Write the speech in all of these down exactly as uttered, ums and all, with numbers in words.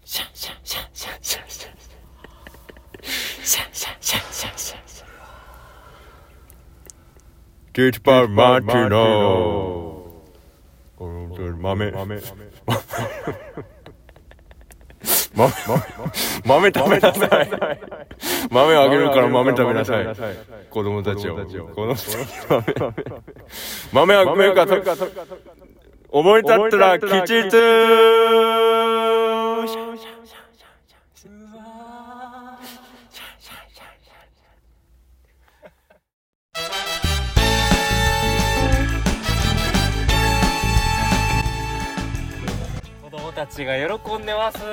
シャンシャンシャンシャンシャンシャンシャンシャンシャンシャンシャンシャンキューチパーマーティノー豆豆豆食べなさい豆あげるから豆食べなさい子供たちを子供たち豆あげるから思い立ったら吉日子供たちが喜んでます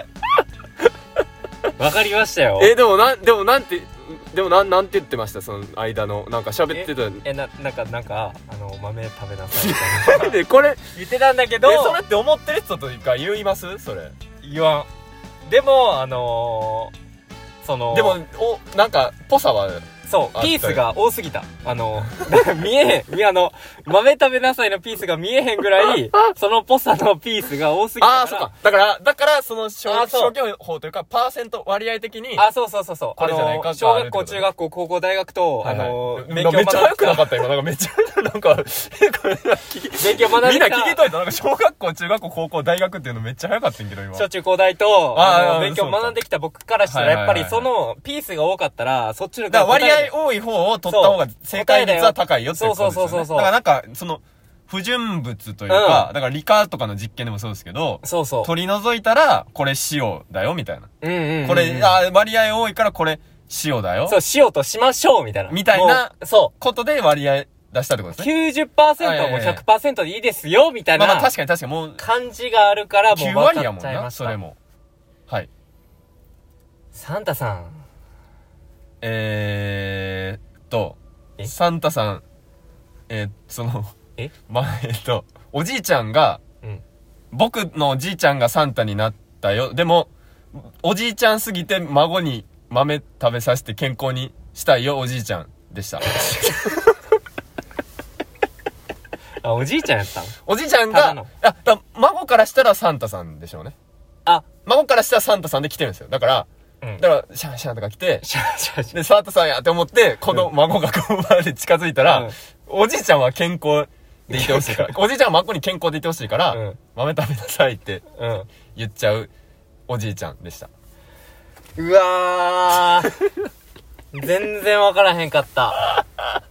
わかりましたよ。 えでもなんでもなんてでもなんなんて言ってましたその間のなんか喋ってたええななんかなんかあの豆食べなさいみたいなでこれ言ってたんだけどえそれって思ってる人というか言いますそれ言わん。でもあのー、そのでもおなんかぽさはそうピースが多すぎた。あの見えへんあの豆食べなさいのピースが見えへんぐらいそのぽさのピースが多すぎたから。 ああそうかだからだからその消あそう去法というかパーセント割合的にあそうそうそうそうこれじゃないかあの小学校中学校高校大学と、 はいはい、 あのー、 めっちゃ早くなかった今なんかめっちゃなんかえこれ勉強学んできたみんな聞きといたなんか小学校中学校高校大学っていうのめっちゃ早かったんけど今小中高大とああの勉強学んできた僕からしたらやっぱりそのピースが多かったらそっちのだから割合多い方を取った方が正解率は高いよっていうことですよね。 そうそうそうそうだからなんかその不純物というか、うん、だから理科とかの実験でもそうですけど、 そうそう取り除いたらこれ塩だよみたいな。 うんうんうんうん、 これあ割合多いからこれ塩だよ。 そう塩としましょうみたいなみたいなそうことで割合出したってことですね。 きゅうじゅっパーセント も ひゃくパーセント でいいですよみたいな。 まあまあ確かに確かにもう感じがあるからもうきゅう分割やもんかっちゃいまなした。 それも。はい。 サンタさん。 えーっとサンタさんえー、そのえまあえー、っとおじいちゃんが、 うん、 僕のおじいちゃんがサンタになったよ。でもおじいちゃんすぎて孫に豆食べさせて健康にしたいよおじいちゃんでしたあおじいちゃんやったの。 おじいちゃんがあだ孫からしたらサンタさんでしょうね。 あ孫からしたらサンタさんで来てるんですよ。だからうん、だからシャンシャンとか来てシャンシャンシャンでサンタさんやって思ってこの孫がこうまで近づいたら、うん、おじいちゃんは健康でいてほしいからおじいちゃんは孫に健康でいてほしいから、うん、豆食べなさいって言っちゃうおじいちゃんでした。 うわー全然わからへんかった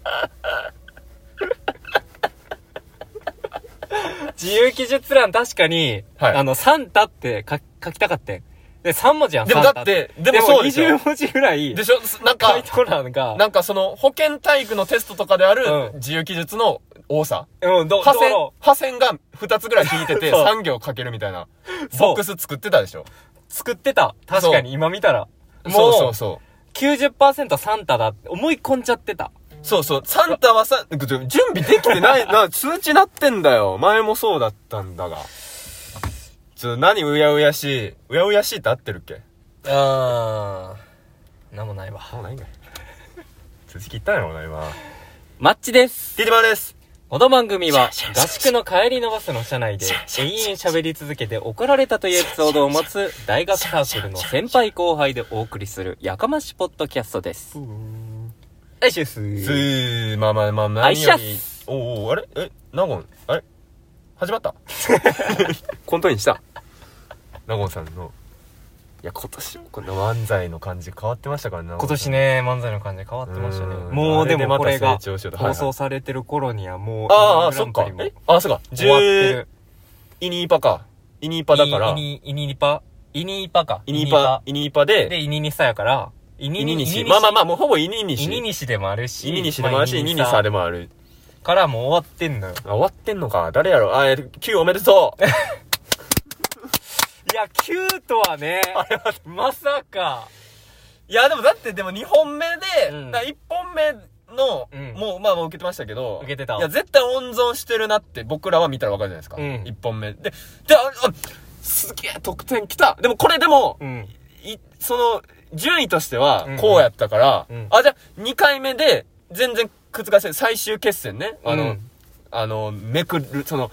自由記述欄確かに、はい、あのサンタって書きたかったんでさん文字やん。 でもだってでもそうでしょ。 にじゅう文字ぐらいでしょ。なんか回答欄がなんかその保健体育のテストとかである自由記述の多さ。 うん、ど破線破線がふたつぐらい引いててさん行書けるみたいなボックス作ってたでしょ。 作ってた。確かに今見たらもうそうそうそうきゅうじゅっパーセント サンタだって思い込んじゃってた。 そうそうサンタはさ準備できてないな通知なってんだよ。前もそうだったんだがちょ何うやうやしいうやうやしいって合ってるっけ。 あーなんもないわ。 なんもないんかい続き言ったんやろうな今。 マッチです。 ティティマです。 この番組は合宿の帰りのバスの車内で永遠喋り続けて怒られたというエピソードを持つ大学サークルの先輩後輩でお送りするやかましポッドキャストです。アイシュスーまあまあまあ何よりおおあれえナゴンあれ始まったコントインしたナゴンさんのいや今年もこんな漫才の感じ変わってましたからね。 今年ね漫才の感じ変わってましたね。もうでもこれが放送されてる頃にはもうああそっかえあそうか終わってる。 イニーパかイニーパだからイニイニーパイニーパかイニーパイニーパででイニニサやからイニニシまあまあまあもうほぼイニニシイニニシでもあるしイニニシでもあるしイニニサでもあるからもう終わってんのよ。 あ終わってんのか誰やろあ Q おめでとういやきゅうとはねまさかいやでもだってでもにほんめで、うん、だいっぽんめの、うん、もうまあもう受けてましたけど受けてたいや絶対温存してるなって僕らは見たらわかるじゃないですか、うん、いっぽんめででああすげえ得点きたでもこれでも、うん、いその順位としてはこうやったから、うんうん、あじゃあにかいめで全然覆せる最終決戦ねあの、うん、あのめくるその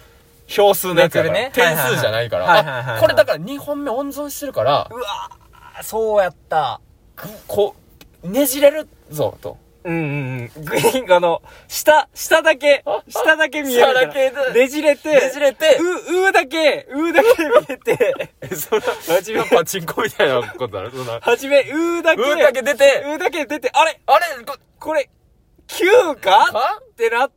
票数のやつやから、 ね、 点数じゃないから、はいはいはいはい、あ、これだからにほんめ温存してるから、 うわそうやった。 こう、ねじれるぞ、と。 うんうんうん。グリーン、あの、下、下だけ、下だけ見えるから。下だけねじれて、 ねじれて、 う、うだけ、うだけ見えて、 その、はじめパチンコみたいなことだろ、そんな。 はじめ、うだけ、 うだけ出て、 うだけ出て、あれあれこれ、きゅうかかってなって、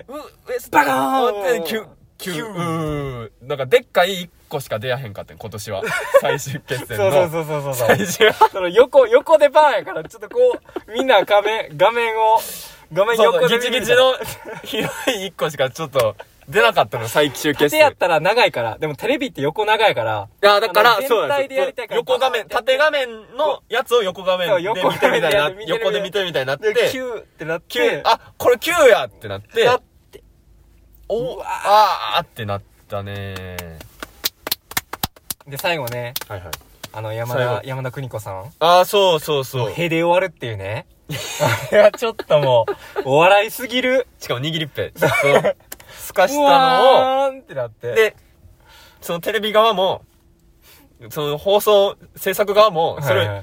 う、え、バカーンって、きゅう、きゅう、うーん。なんか、でっかいいっこしか出やへんかってん、今年は。最終決戦の。 そうそうそうそうそう。 最終。 その横、横でバーンやから、ちょっとこう、みんな画面、画面を、画面横で見る。 ギチギチの広いいっこしかちょっと出なかったの、最終決戦。 縦やったら長いから、でもテレビって横長いから。 いや、だから、そうなんですよ。 横画面、縦画面のやつを横画面で見てみたいな、横で見てみたいになって。 きゅうってなって。 あ、これきゅうやってなって。なって。お、あーってなったね。 で、最後ね。 はいはい。 あの、山田、山田邦子さん。 ああ、そうそうそう。 へで終わるっていうね。あれはちょっともう、お笑いすぎる。 しかも握りっぺ。そう。すかしたのを。 うーんってなって。 で、そのテレビ側も、その放送制作側も、それ、はいはい、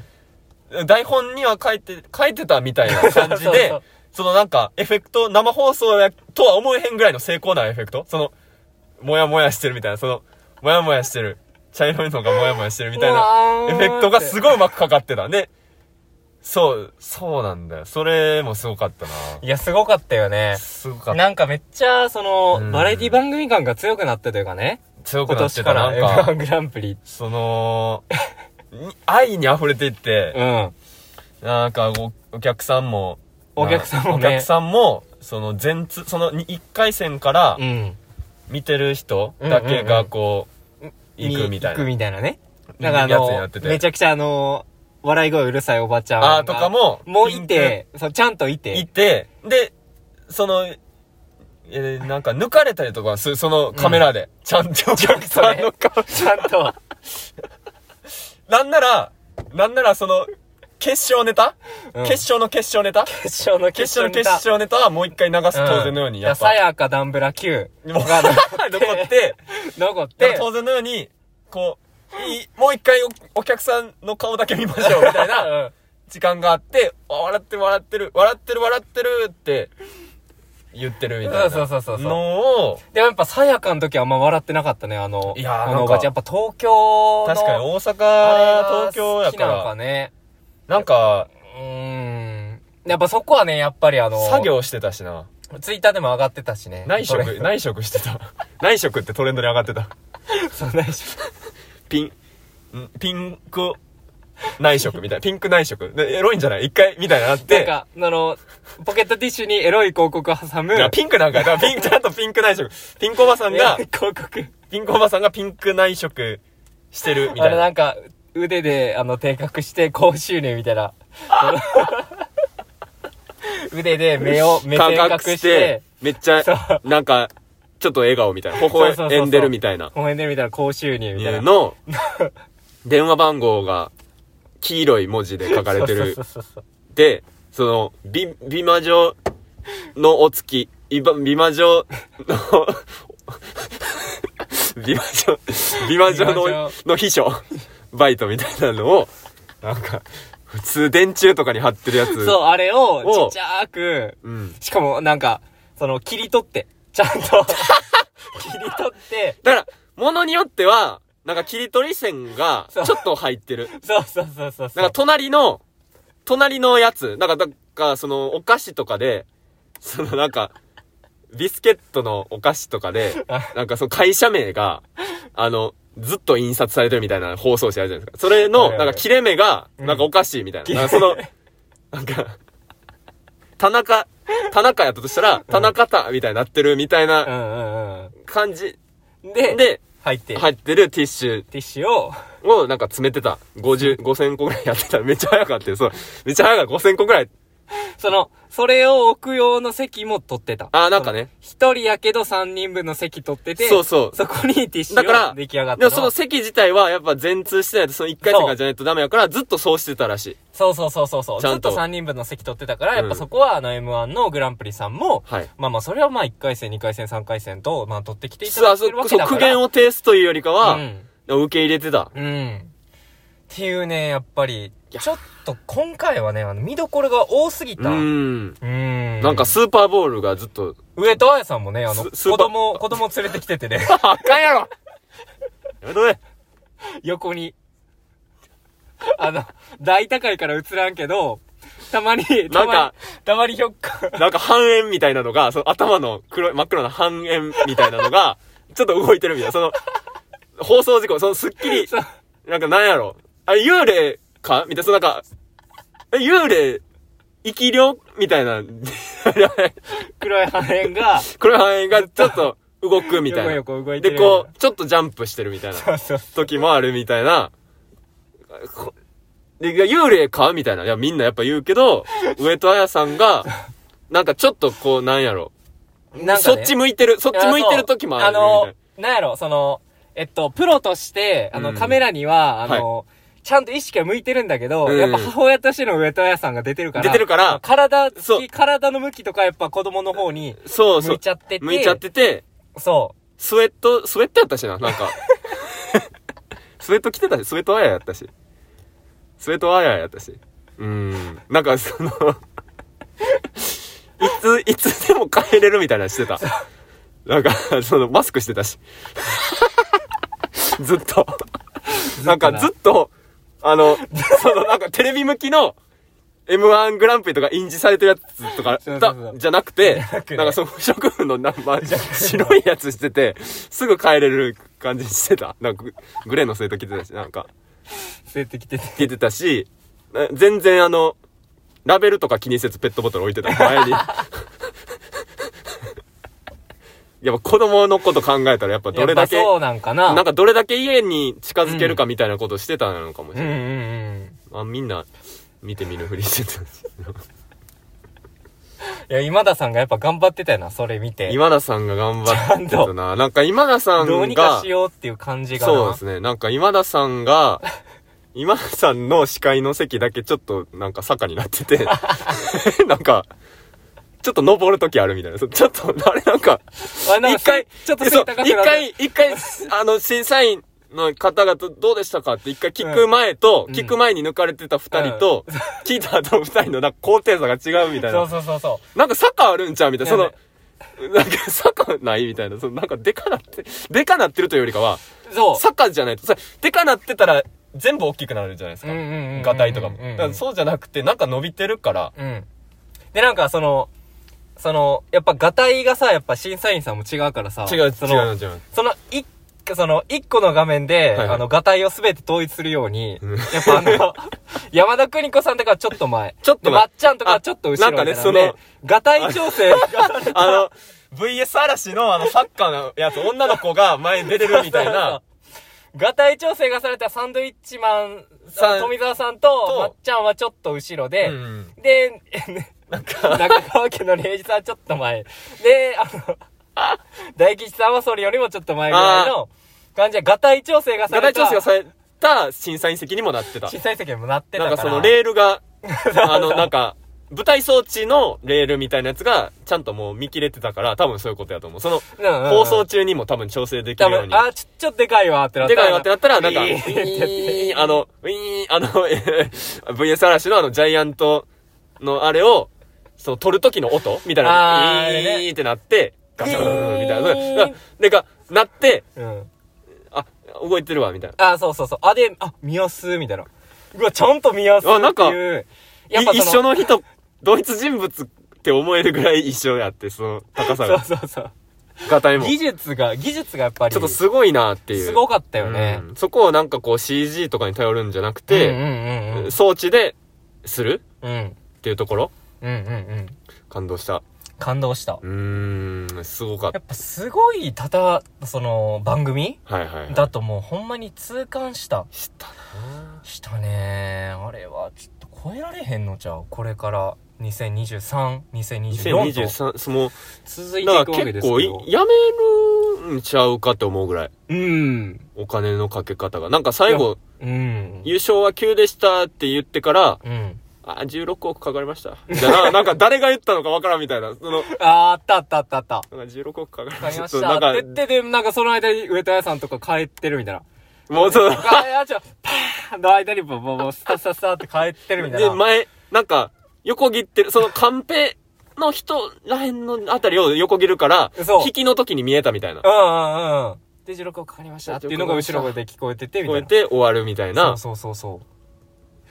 台本には書いて、書いてたみたいな感じで、そうそう、そのなんか、エフェクト、生放送や、とは思えへんぐらいの成功なエフェクト、その、もやもやしてるみたいな、その、もやもやしてる。茶色いのがもやもやしてるみたいなエフェクトがすごいうまくかかってた。で、そう、そうなんだよ。それもすごかったな。 いや、すごかったよね。 すごかった。 なんかめっちゃ、その、バラエティ番組感が強くなったというかね。 強くなってた。 なんか、エムワン グランプリ。 その、愛に溢れていって、 うん。 なんかお、お客さんも、 お客さんもね。お客さんも、その、全通、その、いっかい戦から、見てる人だけがこう、行くみたいな。 行くみたいなね。なんかあの、めちゃくちゃあの、笑い声うるさいおばちゃんあーとかも、 もういて、そう、ちゃんといて。 いて、で、その、えー、なんか抜かれたりとかす、そのカメラで、うん、ちゃんとお客さんの顔、 ちゃんと。 なんなら、なんならその、決勝ネタ、うん、決勝の決勝ネタ決勝の決勝ネタ。 決勝の決勝ネタはもう一回流す当然のように、 やっぱ。さやかダンブラきゅうが残って、 残って、 当然のように、こう、いいもう一回 お, お客さんの顔だけ見ましょうみたいな時間があって、笑ってる笑ってる、笑ってる笑ってるって言ってるみたいなそうそうそうそうのを。 でもやっぱさやかの時はあんま笑ってなかったね、あの、 いやあのおばちゃん。やっぱ東京の。 確かに大阪、東京やから。 好きなのかね。 なんか、 うーん。やっぱそこはね、やっぱりあの、 作業してたしな。 ツイッターでも上がってたしね。 内職、内職してた。内職ってトレンドに上がってた。 そう、内職。 ピン、ピンク内職みたいな。ピンク内職。で、エロいんじゃない一回みたいになって。 なんか、あの、ポケットティッシュにエロい広告を挟む。 いや、ピンクなんか、だからピンク、ちゃんとピンク内職。ピンクおばさんが、 広告。 ピンクおばさんがピンク内職してるみたいな。 あれなんか、腕で、あの、定格して高収入みたいな。腕で目を、目定格して、 めっちゃ、なんか、ちょっと笑顔みたいな。微笑んでるみたいな。 微笑んでるみたいな高収入みたいな。 の、電話番号が黄色い文字で書かれてる。で、その、美、美魔女のお月、美魔女の、美魔女、美魔女の、の秘書、バイトみたいなのを、なんか、普通電柱とかに貼ってるやつ。 そう、あれをちっちゃーく、うん、しかもなんか、その、切り取って、ちゃんと、切り取って。 だから、ものによっては、なんか切り取り線が、ちょっと入ってる。 そうそうそうそう。 なんか隣の、隣のやつ、なんか、だからその、お菓子とかで、そのなんか、ビスケットのお菓子とかで、なんかその会社名が、あの、ずっと印刷されてるみたいな放送紙あるじゃないですか。それの、なんか切れ目が、なんかおかしいみたいな。うん、なんかその、なんか、田中、田中やったとしたら、田中田みたいになってるみたいな感じで、 で、 入って、 入ってるティッシュ。 ティッシュを、 をなんか詰めてた。ごじゅう、ごせんこぐらいやってた。めっちゃ早かったよ。そう。めっちゃ早かった。ごせんこぐらいその、それを置く用の席も取ってた。 あ、なんかね。 一人やけど三人分の席取ってて、 そうそう。 そこにティッシュが出来上がったの。 でもその席自体はやっぱ全通してないと、その一回戦からじゃないとダメやから、ずっとそうしてたらしい。 そうそうそうそうそう。 ちゃんとずっと三人分の席取ってたから、やっぱそこはあの エムワン のグランプリさんも、 はい。 まあまあそれはまあ一回戦、二回戦、三回戦と、まあ取ってきていただいてるわけだから。 そう、苦言を呈すというよりかは、 うん、 受け入れてた。 うん。っていうね、やっぱり、ちょっと今回はね、あの見どころが多すぎた。 うん。 うん。 なんかスーパーボールがずっと。 上戸彩さんもね、あの、子供、子供連れてきててね。 あかんやろやめとけ横に。あの、大高いから映らんけど、たまに、 なんか、 たまにひょっか。 なんか半円みたいなのが、その頭の黒い、真っ黒な半円みたいなのが、ちょっと動いてるみたいな。その、放送事故、そのスッキリ、なんかなんやろ。あれ、幽霊かみたいな、そのなんか、え、幽霊、生き量みたいな。 黒い半円が、 黒い半円がちょっと動くみたいな。 横横動いてる。 で、こう、ちょっとジャンプしてるみたいな。 そうそう。 時もあるみたいな。で、幽霊かみたいな。いや、みんなやっぱ言うけど、上戸彩さんが、なんかちょっとこう、なんやろ。なんかね、そっち向いてる、そっち向いてる時もあるみたいな。 あの、なんやろ、その、えっと、プロとして、あの、うん、カメラには、あの、はい、ちゃんと意識は向いてるんだけど、うん、やっぱ母親としての上戸彩さんが出てるから、 出てるから、 体つき、体の向きとかやっぱ子供の方に、 そうそう。 向いちゃってて。 向いちゃってて、 そう。 スウェット、スウェットやったしな、なんか。スウェット着てたし、スウェットアヤやったし。スウェットアヤやったし。うーん。なんかその、いつ、いつでも帰れるみたいなのしてた。なんか、その、マスクしてたし。ずっと。なんかずっと、あの、そのなんかテレビ向きの エムワン グランプリとか印字されてるやつとか、そうそうそうじゃなくて、なくね、なんかその不織布のなんか白いやつしてて、すぐ帰れる感じしてた。なんかグレーのスウェット着てたし、なんか。 スウェット着てて。 着てたし、全然あの、ラベルとか気にせずペットボトル置いてた。前に。やっぱ子供のこと考えたらやっぱどれだけ、 そうなんかな。 なんかどれだけ家に近づけるかみたいなことしてたのかもしれない。 うんうんうんうん、 あ、みんな見て見ぬふりしてた。いや、今田さんがやっぱ頑張ってたよな、それ見て。 今田さんが頑張ってたな。なんか今田さんが。 どうにかしようっていう感じがな。 そうですね。なんか今田さんが、今田さんの視界の席だけちょっとなんか坂になってて、なんか、ちょっと登るときあるみたいな。ちょっと、あれなんか、一回、 ちょっと一回、一回、あの、審査員の方々どうでしたかって一回聞く前と、うん、聞く前に抜かれてた二人と、うん、聞いた後の二人のなんか高低差が違うみたいな。 そうそうそうそう。 なんか坂あるんちゃうみたいな。その、なんか坂ないみたいな。そのなんかでかなって、でかなってるというよりかは、 そう。 坂じゃないと、それ、でかなってたら、全部大きくなるじゃないですか。ガタイとかも。だからそうじゃなくて、なんか伸びてるから。 うん。で、なんかその、その、やっぱ、ガタイがさ、やっぱ審査員さんも違うからさ。 違う、 その違う、違う。 その、一、その、一個の画面で、はいはい、あの、ガタイをすべて統一するように、うん、やっぱあの、山田邦子さんとかはちょっと前。 ちょっと前。 まっちゃんとかはちょっと後ろみたいな。なんかね、その、ガタイ調整あの、ブイエス 嵐のあの、サッカーのやつ、女の子が前に出れるみたいな。そうそうそうガタイ調整がされたサンドイッチマン、富澤さんと、まっちゃんはちょっと後ろで、うん、で、なんか、中川家の礼二さんはちょっと前。で、あの、大吉さんはそれよりもちょっと前ぐらいの感じで、ガタイ調整がされた。 ガタイ調整がされた審査員席にもなってた。 審査員席にもなってたから。 なんかそのレールが、あの、なんか、舞台装置のレールみたいなやつが、ちゃんともう見切れてたから、多分そういうことやと思う。その、うんうんうん、放送中にも多分調整できるように。 あ、ちょ、ちょっとでかいわってなったら。 でかいわってなったら、なんか、ウィーン、あの、ウィーン、あの、ブイエス 嵐のあの、ジャイアントのあれを、その、撮る時の音みたいな、ウィーンってなって、ガシャーンみたいな。でか、なって、うん、あ、動いてるわ、みたいな。 あ、そうそうそう。あ、で、あ、見やすみたいな。うわ、ちゃんと見やすっていう。あ、なんか、 やっぱ一緒の人、同一人物って思えるぐらい一緒やって、その高さが。 そうそうそう。 ガタイも。 技術が、技術がやっぱり。 ちょっとすごいなっていう。 すごかったよね、 うん。そこをなんかこう シージー とかに頼るんじゃなくて、うんうんうんうん、装置でする、うん、っていうところ、 うんうんうん、 感動した。 感動した。 うーん、すごかった。 やっぱすごい、ただ、その、番組はいはい、はい。 だともうほんまに痛感した。 したなしたねあれは、ちょっと超えられへんのちゃうこれから。 にせんにじゅうさん、にせんにじゅうよんとにせんにじゅうさん、その続いていくわけですけど、 結構やめるんちゃうかって思うぐらい、 うん、 お金のかけ方がなんか最後、 うん、 優勝は急でしたって言ってから、 うん、 あ、じゅうろくおくかかりましたみたいな、なんか誰が言ったのかわからんみたいな、そのあーあったあったあったあった。 なんかじゅうろくおくかかりました。 ました。 なんか、で、で、で、なんかその間に上戸彩さんとか帰ってるみたいな。 もうそう。 あ、いや、ちょ、パーンの間にもう、もう、スタスタスタって帰ってるみたいな。 で、前、なんか、横切ってる、そのカンペの人らへんのあたりを横切るから、引きの時に見えたみたいな。 うんうんうん。で、じゅうろくおくかかりましたっていうのが後ろで聞こえてて、みたいな。 聞こえて終わるみたいな。 そうそうそうそう。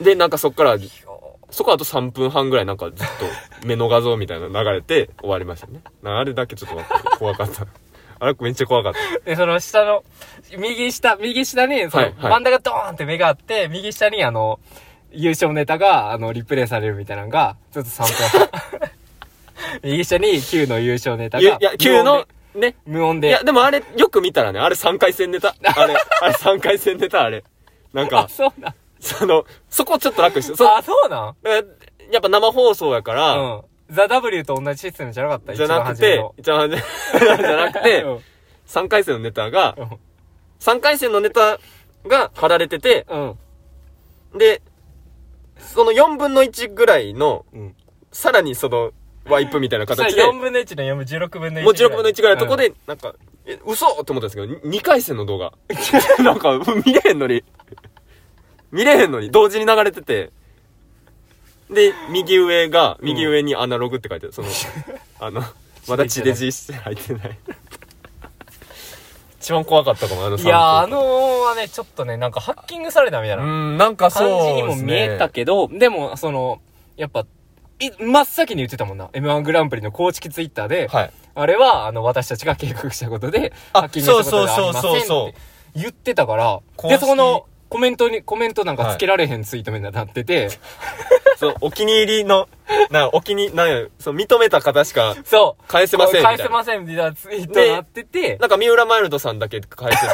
で、なんかそっから、そこあとさんぷんはんぐらいなんかずっと目の画像みたいなの流れて終わりましたね。あれだけちょっと待って、怖かった。あれめっちゃ怖かった。 で、その下の、右下、右下に、その、はいはい、真ん中ドーンって目があって、右下にあの、優勝ネタが、あの、リプレイされるみたいなのが、ちょっとさんぷんはん。右下にきゅうの優勝ネタが。 いや、きゅうの、ね。 無音で。 いや、でもあれ、よく見たらね、あれさんかい戦ネタ。あれ、あれさんかい戦ネタ、あれ。なんか、 あ、そうなん。 その、そこちょっと楽して。 あ、そうなん。 やっぱ生放送やから、 うん。ザ・ W と同じシステムじゃなかった。 じゃなくて、一番初めじゃなくて、うん、さんかい戦のネタが、うん、さんかい戦のネタが貼られてて、うん、で、そのよんぶんのいちぐらいの、うん、さらにその、ワイプみたいな形で。 よんぶんのいちのよんぶん、じゅうろくぶんのいち。 もうじゅうろくぶんのいちぐらいのとこで、うん、なんか、え、嘘と思ったんですけど、にかい戦の動画。なんか、見れへんのに。見れへんのに、同時に流れてて。で、右上が、右上にアナログって書いてある。その、あの、まだ地デジして入ってない。一番怖かったかも、あのいやー、あのー、はね、ちょっとね、なんかハッキングされたみたいな。 うん、なんかそう、ね。 感じにも見えたけど、でも、その、やっぱ、い、真っ先に言ってたもんな。エムワン グランプリの公式ツイッターで、はい、あれは、あの、私たちが計画したことで、ハッキングしたことではありませんって言ってたから、で、そこの、コメントに、コメントなんかつけられへんツイートになってて、はい、 そう、お気に入りの、な、お気に、なんや、そう、認めた方しか、 そう。 返せませんみたいな。 返せませんみたいなツイートになってて、 なんか三浦マイルドさんだけ返せてて、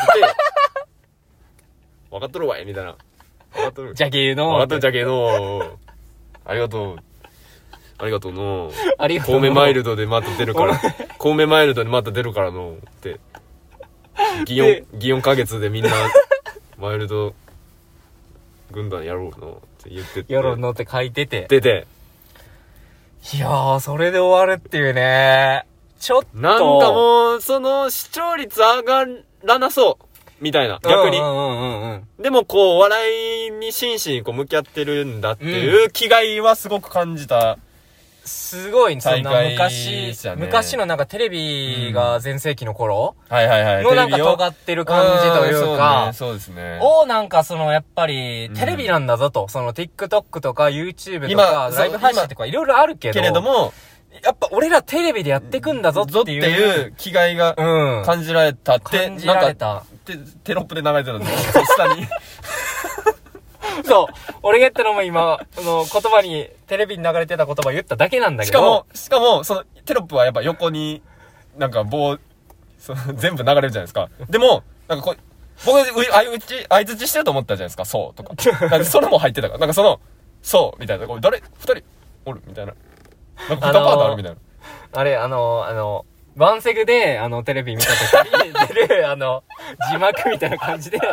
分かっとるわいみたいな。分かっとる。 ジャケーの。 分かっとるジャケーの。ありがとう。ありがとうの。 ありがとう。 コウメマイルドでまた出るから、コウメマイルドでまた出るからの、って。擬音、擬音かげつでみんな、マイルド、軍団やろうのって言ってて。 やろうのって書いてて。 出て。 いやー、それで終わるっていうね。ちょっと。 なんかもう、その、視聴率上がらなそう。みたいな。逆に。 うんうんうんうん。 でもこう、笑いに真摯にこう向き合ってるんだっていう気概はすごく感じた。 すごいんですよ。昔、昔のなんかテレビが全盛期の頃、 うん、はいはいはい。 のなんか尖ってる感じというか、 そうですね。 をなんかそのやっぱりテレビなんだぞと、うん、その TikTok とか YouTube とかライブ配信とかいろいろあるけど、 けれども、 やっぱ俺らテレビでやってくんだぞっていう、 っていう気概が感じられたって、 感じられた。 テ, テロップで流れてるんですよ。下に。 そう。俺が言ったのも今、その言葉に、テレビに流れてた言葉言っただけなんだけど。 しかも、しかも、その、テロップはやっぱ横に、なんか棒、その全部流れるじゃないですか。でも、なんかこう、僕、相打ち、相槌してると思ったじゃないですか、そうとか。なんかそれも入ってたから、なんかその、そうみたいな、これ誰二人おるみたいな。なんか二パートあるみたいな。 あれ、あの、あの、ワンセグで、あの、テレビ見た時に出る、あの、字幕みたいな感じで、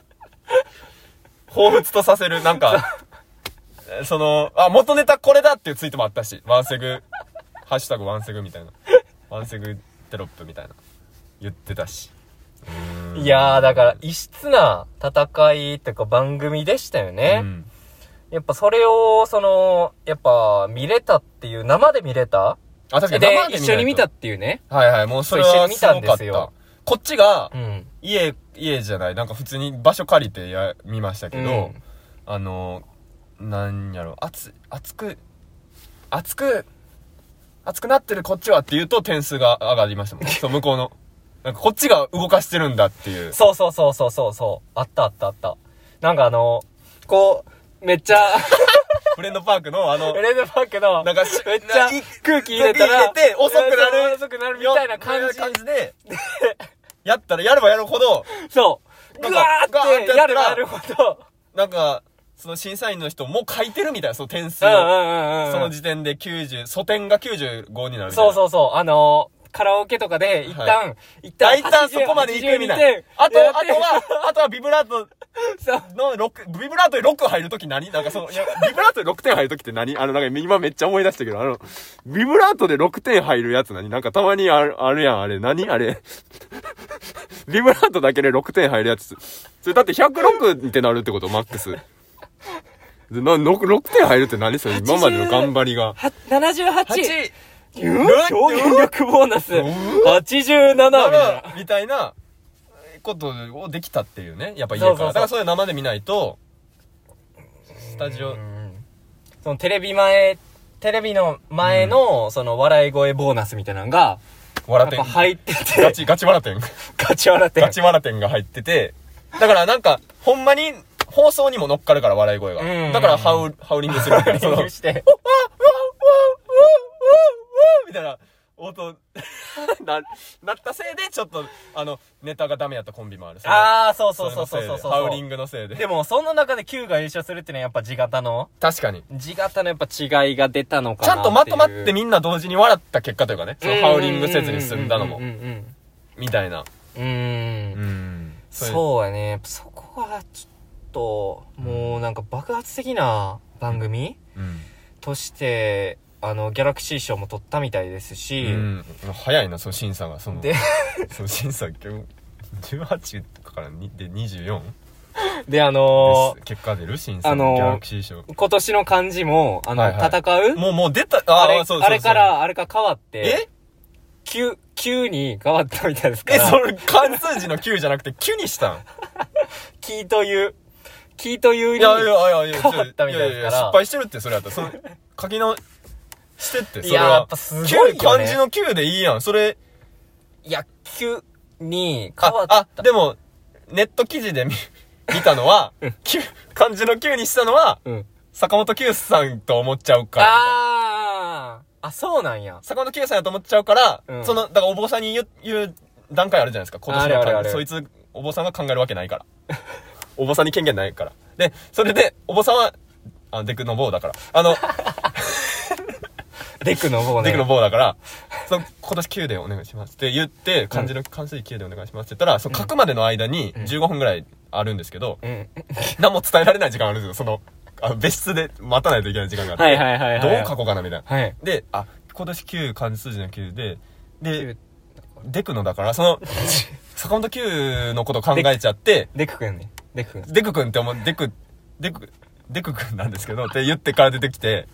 彷彿とさせる、なんか、その、あ、元ネタこれだっていうツイートもあったし、ワンセグ、ハッシュタグワンセグみたいな。ワンセグテロップみたいな。言ってたし。 いやー、だから、異質な戦いっていうか番組でしたよね。うん、やっぱそれを、その、やっぱ見れたっていう、生で見れたあ、確かに生で見れた。 で、一緒に見たっていうね。 はいはい、もうそれは一緒に見たんですよ。 こっちが、うん、家、家じゃない、なんか普通に場所借りてや、見ましたけど、うん、あの、なんやろ、熱、熱く、熱く、熱くなってるこっちはって言うと点数が上がりましたもん。そう、向こうの。なんかこっちが動かしてるんだっていう。 そうそうそうそうそうそう。あったあったあった。なんかあの、こう、めっちゃ、 フレンドパークのあの、 フレンドパークの、 なんかめっちゃ空気入れたら、 入れて遅くなる。 遅くなるみたいな感じ。 感じで、やったらやればやるほど、 そう。ぐわーってやればやるほど、 なんか、 その審査員の人も書いてるみたいな、その点数を。 うんうんうんうん。 その時点できゅうじゅう、素点がきゅうじゅうごになるみたいな。 そうそうそう。あのー、カラオケとかで、一旦、 はい、 一旦、 一旦そこまで行くみたいな。あと、あとは、あとはビブラートのろく、ビブラートでろく入るとき何なんかその、いや、ビブラートでろくてん入るときって何あの、なんか今めっちゃ思い出したけど、あの、ビブラートでろくてん入るやつ何なんかたまにある、あるやん、あれ。何あれ。ビブラートだけでろくてん入るやつ。それだってひゃくろくってなるってことマックス。な、ろくてん入るって何それ今までの頑張りが。 ななじゅうはち。 はち表現力ボーナスはちじゅうななみたいなみたいなことをできたっていうね。やっぱ家から。そうそうそうだからそれ生で見ないと、スタジオ。 そのテレビ前、テレビの前の、その笑い声ボーナスみたいなのが、 笑点。 入ってて。 ガチ、ガチ笑点。 ガチ笑点。 ガチ笑点が入ってて。だからなんか、ほんまに、放送にも乗っかるから笑い声が。だからハウ、ハウリングするみたいな。 ハウリングして。 みたいな音な、なったせいで、ちょっと、あの、ネタがダメやったコンビもある。 ああ、そうそうそうそうそうそう。 ハウリングのせいで。 でも、その中で Q が優勝するっていうのはやっぱ地形の。 確かに。 地形のやっぱ違いが出たのかな。 ちゃんとまとまってみんな同時に笑った結果というかね。そのハウリングせずに済んだのも。みたいな。 うーん。うん。そうやね。そこは、ちょっと、もうなんか爆発的な番組、うん、として、あの、ギャラクシー賞も取ったみたいですし。うん。 早いな、その審査が。その、で、その審査、じゅうはちからでにじゅうよん？ で、あのー、結果出る審査のギャラクシー賞。 今年の漢字も、あの、はいはい、戦うもう、もう出た、ああれ、そうそうそうあれから、あれから変わって。えきゅう、きゅうに変わったみたいですから。 え、それ、漢数字のきゅうじゃなくてきゅうにしたんキーという、キーというに変わったみたいですから。いやいやいや、 失敗してるって、それやったら。その、書き直、してって、それは。 いや、やっぱすごいよね。 漢字のきゅうでいいやん。それ。 いや、きゅうに変わった。 あ、あ、でも、ネット記事で見、見たのは、きゅう、漢字のきゅうにしたのは、うん、坂本九さんと思っちゃうから。 あー。あ、そうなんや。 坂本九さんやと思っちゃうから、うん、その、だからお坊さんに言う、言う段階あるじゃないですか。今年の漢字。そいつ、お坊さんが考えるわけないから。お坊さんに権限ないから。で、それで、お坊さんは、あ、デクの棒だから。あの、 デクの棒ね。 デクの棒だから、その今年きゅうでお願いしますって言って、漢字の漢数字きゅうでお願いしますって言ったら、その書くまでの間にじゅうごふんぐらいあるんですけど、うん、何も伝えられない時間あるんですよ。その、あ別室で待たないといけない時間があって、 はいはいはいはい、 どう書こうかなみたいな。はい、で、あ、今年きゅう、漢字数字のきゅうで、で、デクのだから、その、坂本九のこと考えちゃって、 デクくんね。デクくん。 デクくんって思う、デク、デク、デクくんなんですけど、って言ってから出てきて、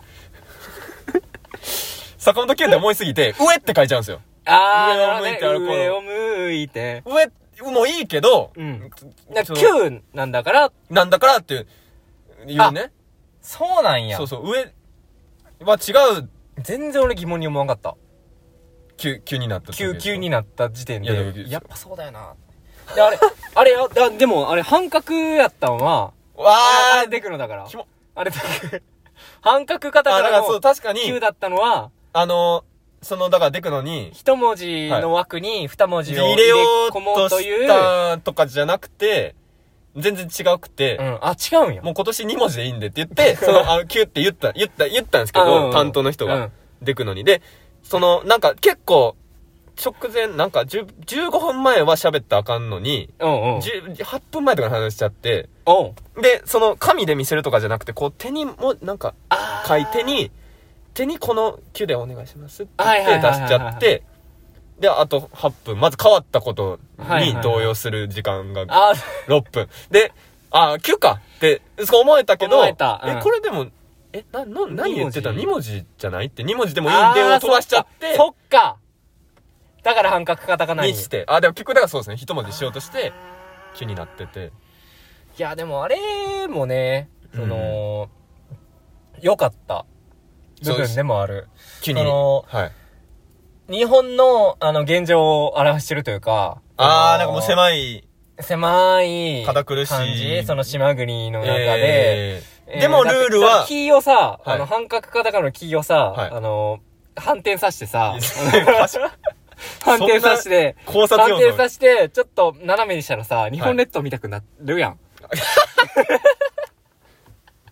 坂本九って思いすぎて、上って書いちゃうんですよ。 あー、上を向いて歩こう。上を向いて。 上もいいけど、うん。 きゅうなんだから。 なんだからって言うね。 そうなんや。 そうそう、上は違う。 全然俺疑問に思わなかった。 きゅう、きゅうになった。 きゅう、きゅうになった時点で。やっぱそうだよな。で、あれ、あれ、あ、でも、あれ、半角やったんは、 わーあれ、デクのだから。あれ、デク。半角カタカナのきゅうだったのは、 あの、その、だからデクのに、 一文字の枠に二文字を入れようとしたとかじゃなくて、全然違くて、 うん、あ、違うんや。 もう今年に文字でいいんでって言って、その、あの、きゅうって言った、言った、言ったんですけど、担当の人が、デクのに。で、その、なんか結構、直前、なんかじゅう、じゅうごふんまえは喋ったらあかんのに、 うんうん、 じゅうはっぷんまえとかに話しちゃって、 うん、 で、その紙で見せるとかじゃなくて、こう手にも、なんか、書いてに、手にこのきゅうでお願いしますって言って出しちゃって、で、あとはっぷん、まず変わったことに動揺する時間がろっぷん。で、あ、きゅうかって、そう思えたけど、 思えた、うん、 え、これでも、え、な、な、何言ってた ?に 文字じゃないって、に文字でもいいんでを飛ばしちゃって、 そっかだから半角カタカナに。 にして。あ、でも結局だからそうですね。一文字しようとして、きになってて。 いや、でもあれもね、その、良、うん、かった部分でもある。 きに。その、はい。 日本の、あの、現状を表してるというか。 あー、なんかもう狭い。 狭い。 堅苦しい。 感じその島国の中で。 えー、でもルールは。 キーをさ、はい、あの、半角カタカナのキーをさ、はい、あの、反転さしてさ、反転さして、 考察反転さして、ちょっと斜めにしたらさ、日本列島見たくなるやん。はい、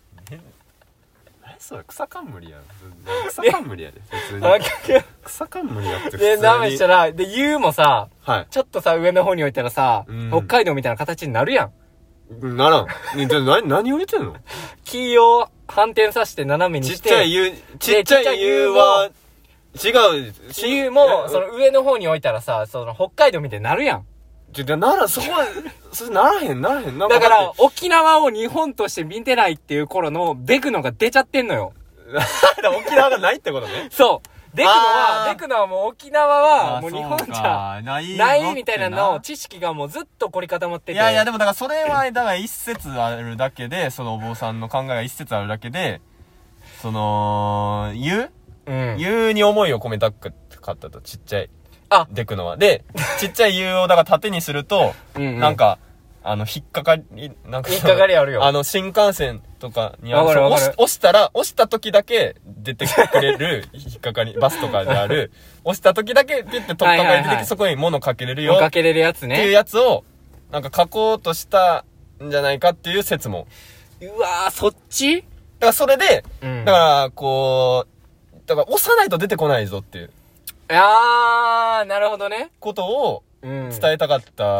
そうだ、草冠やん。草冠やで、普通に。草冠やって普通に。 で、ダメしたら、で、U もさ、 はい。 ちょっとさ、上の方に置いたらさ、うん、北海道みたいな形になるやん。ならん。ね、じゃ何、何を言ってんの？ キーを反転させて斜めにして。 ちっちゃい U、ちっちゃい U は、違う。 U も、その上の方に置いたらさ、その北海道みたいになるやん。 じゃ、なら、そこは、それならへん、ならへん。なんかだから、沖縄を日本として見てないっていう頃のデクノが出ちゃってんのよ。 沖縄がないってことね。 そう。デクノは、デクノはもう沖縄は、もう日本じゃ、ないみたいなの知識がもうずっと凝り固まってて。 いやいや、でもだからそれは、だから一説あるだけで、そのお坊さんの考えが一説あるだけで、その、言ううん。言うに思いを込めたかったと、ちっちゃい。 あ、 デクノは。で、ちっちゃい U をだから縦にすると、うん、うん、なんか、あの、引っかかり、なんか、 引っかかりあるよ。 あの、新幹線とかにある、押し、押したら、押した時だけ出てくれる、引っかかり、バスとかである、押した時だけピュって取っかかり出てきて、はいはいはい、そこに物かけれるよ。 かけれるやつね。 っていうやつを、なんか書こうとしたんじゃないかっていう説も。 うわー、そっち？ だからそれで、うん、だから、こう、だから押さないと出てこないぞっていう。 あー、なるほどね。 ことを伝えたかった。うん、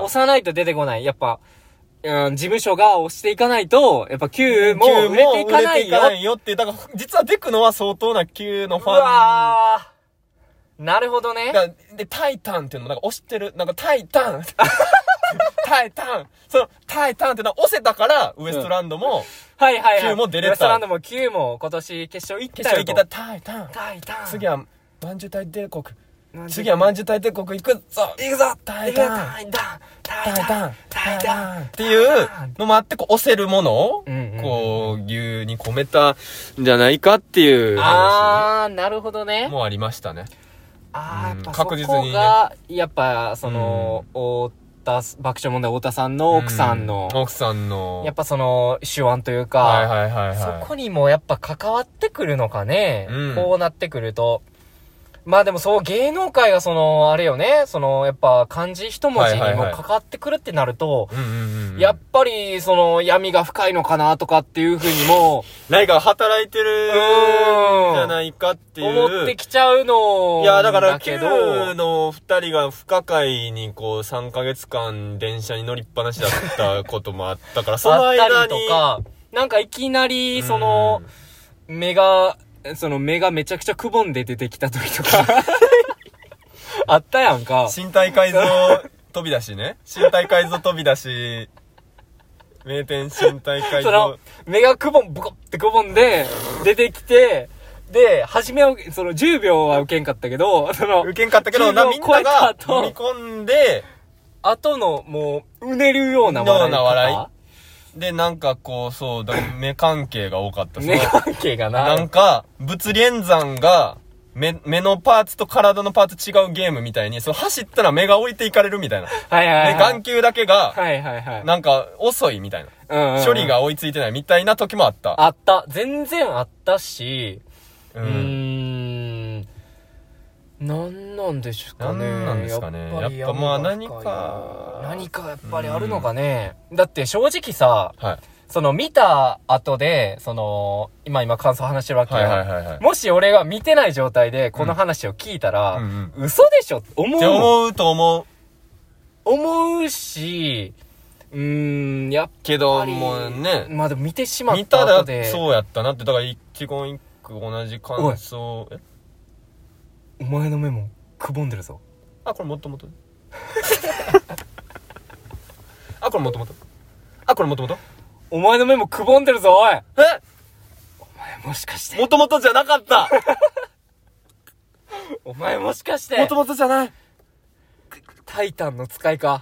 押さないと出てこない。やっぱ、うん、事務所が押していかないと、やっぱ Q も売れていかないよ。売れていかないよっていう。だから、実はデクノは相当な Q のファン。うわー。なるほどね。 で、タイタンっていうのもなんか押してる。なんかタイタン。タイタン。その、タイタンってのは押せたから、ウエストランドも、うん、 はいはいはい。 Q も出れた。 ウエストランドも Q も今年決勝行ったよ。 決勝行けたタイタン。 タイタン。 次は、まんじゅう大帝国。次はまんじゅう大帝国行くぞ行くぞタイタンタイタンタイタンタイタンっていうのもあって、こう、押せるものを、うんうん、こう、牛に込めたんじゃないかっていう話。 あー、なるほどね。 もうありましたね。 あー、やっぱ確実に、ね。そこが、やっぱ、その、太田、爆笑問題太田さんの奥さんの、 うん、奥さんの、 やっぱその、手腕というか、 はいはいはいはい、 そこにもやっぱ関わってくるのかね。うん、こうなってくると。まあでもそう、芸能界がその、あれよね、その、やっぱ漢字一文字にも関わってくるってなると、やっぱりその闇が深いのかなとかっていうふうにも、 何か働いてるじゃないかっていう。 思ってきちゃうの。 いや、だから、Q の二人が不可解にこうさんかげつかん電車に乗りっぱなしだったこともあったから、その間に。あったりとか、なんかいきなり、その、目が、その目がめちゃくちゃくぼんで出てきた時とかあったやんか。 身体改造飛び出しね。身体改造飛び出し、名店身体改造。 その目がくぼん、ブコってくぼんで出てきて、で、初めは、そのじゅうびょうは受けんかったけど、その、 受けんかったけど、な、みんなが飲み込んで、 後のもう、うねるような笑い。ような笑い。 で、なんかこう、そう、だ目関係が多かった。 目関係がな。 なんか、物理演算が、目、目のパーツと体のパーツ違うゲームみたいに、そう、走ったら目が置いていかれるみたいな。 はいはいはい。 で、眼球だけが、 はいはいはい。 なんか、遅いみたいな。うんうんうん。処理が追いついてないみたいな時もあった。 あった。全然あったし、うーん。なんなんでしょうかね。 なんなんですかね。やっぱ、やっぱまあ何か。 何かやっぱりあるのかね。だって正直さ、はい、その見た後で、その、今今感想話してるわけよ、はいはいはいはい。もし俺が見てない状態でこの話を聞いたら、うんうん、嘘でしょ思う。 思うと思う。 思うし、うーん、やっぱり。 けどもうね。 まあでも見てしまった後で。 見たらそうやったなって、だから一言一句同じ感想。えお前の目もくぼんでるぞ。 あ、これもっともっと。あ、これもっともっと。あ、これもっともっと。 お前の目もくぼんでるぞ、おい。えお前もしかして。 もともとじゃなかった。 お前もしかして。 もともとじゃない。 タイタンの使いか。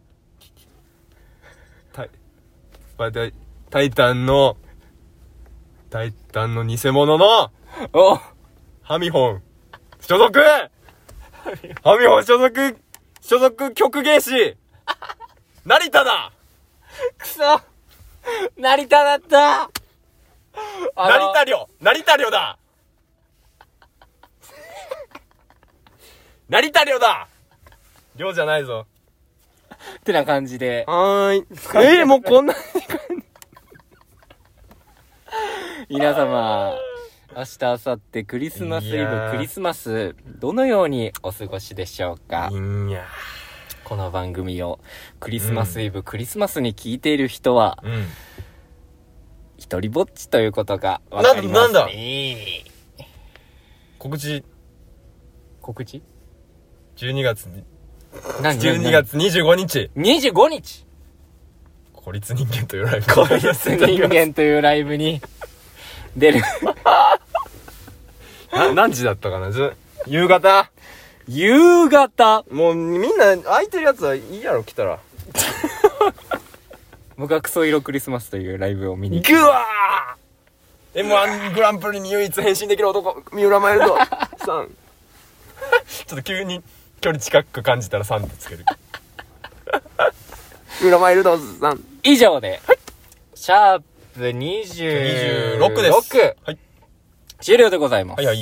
タイ、タイタンの、タイタンの偽物の、 おハミホン。所属ハミホン所属所属曲芸師成田だくそ成田だった成田寮成田寮だ成田寮だ寮じゃないぞってな感じではーいえー、もうこんな皆様明日明後日クリスマスイブクリスマスどのようにお過ごしでしょうか。 いやこの番組をクリスマスイブ、うん、クリスマスに聞いている人は、うん、一人ぼっちということがわかりますね。なんだ告知告知じゅうにがつにじゅうにがつにじゅうごにちにじゅうごにち孤立人間というライブ孤立人間というライブに出るな何時だったかな。ず夕方夕方もうみんな空いてるやつはいいやろ来たら僕はクソ色クリスマスというライブを見に行くわー エムワン グランプリに唯一変身できる男三浦マイルドさんちょっと急に距離近く感じたらさんってつける三浦マイルドさん以上で、はい、シャープにじゅうろくです。はい、終了でございます。 はいはい。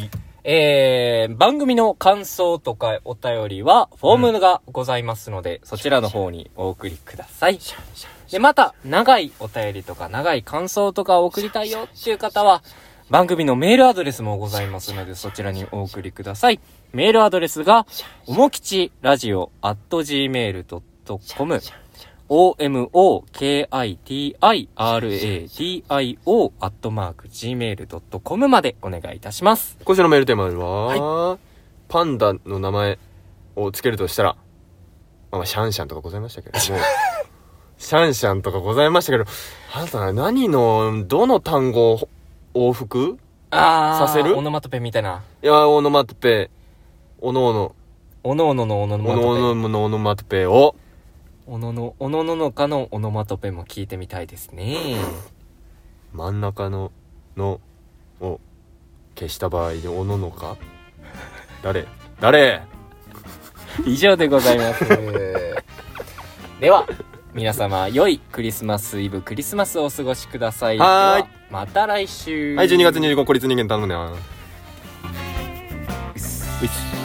えー、番組の感想とかお便りはフォームがございますので、うん、そちらの方にお送りください。で、また、長いお便りとか長い感想とかを送りたいよっていう方は、番組のメールアドレスもございますので、そちらにお送りください。メールアドレスが、おもきちラジオアットジーメールドットコムオーエムオーケーアイティーアイアールエーディーアイオー アットマーク ジーメールドットコム までお願いいたします。 今週のメールテーマは、はい、パンダの名前をつけるとしたら、まあ、シャンシャンとかございましたけどもシャンシャンとかございましたけど、あなた何のどの単語を往復させるオノマトペみたいな。 いや、オノマトペ、おのおのおのおののオノマトペ、 おのおののオノマトペをおのの、おのののかのオノマトペも聞いてみたいですね。 真ん中ののを消した場合でおののか誰誰以上でございますでは皆様良いクリスマスイブクリスマスをお過ごしください。 はーい、 また来週。 はい、じゅうにがつにじゅうご孤立人間頼むね。 うっすうっす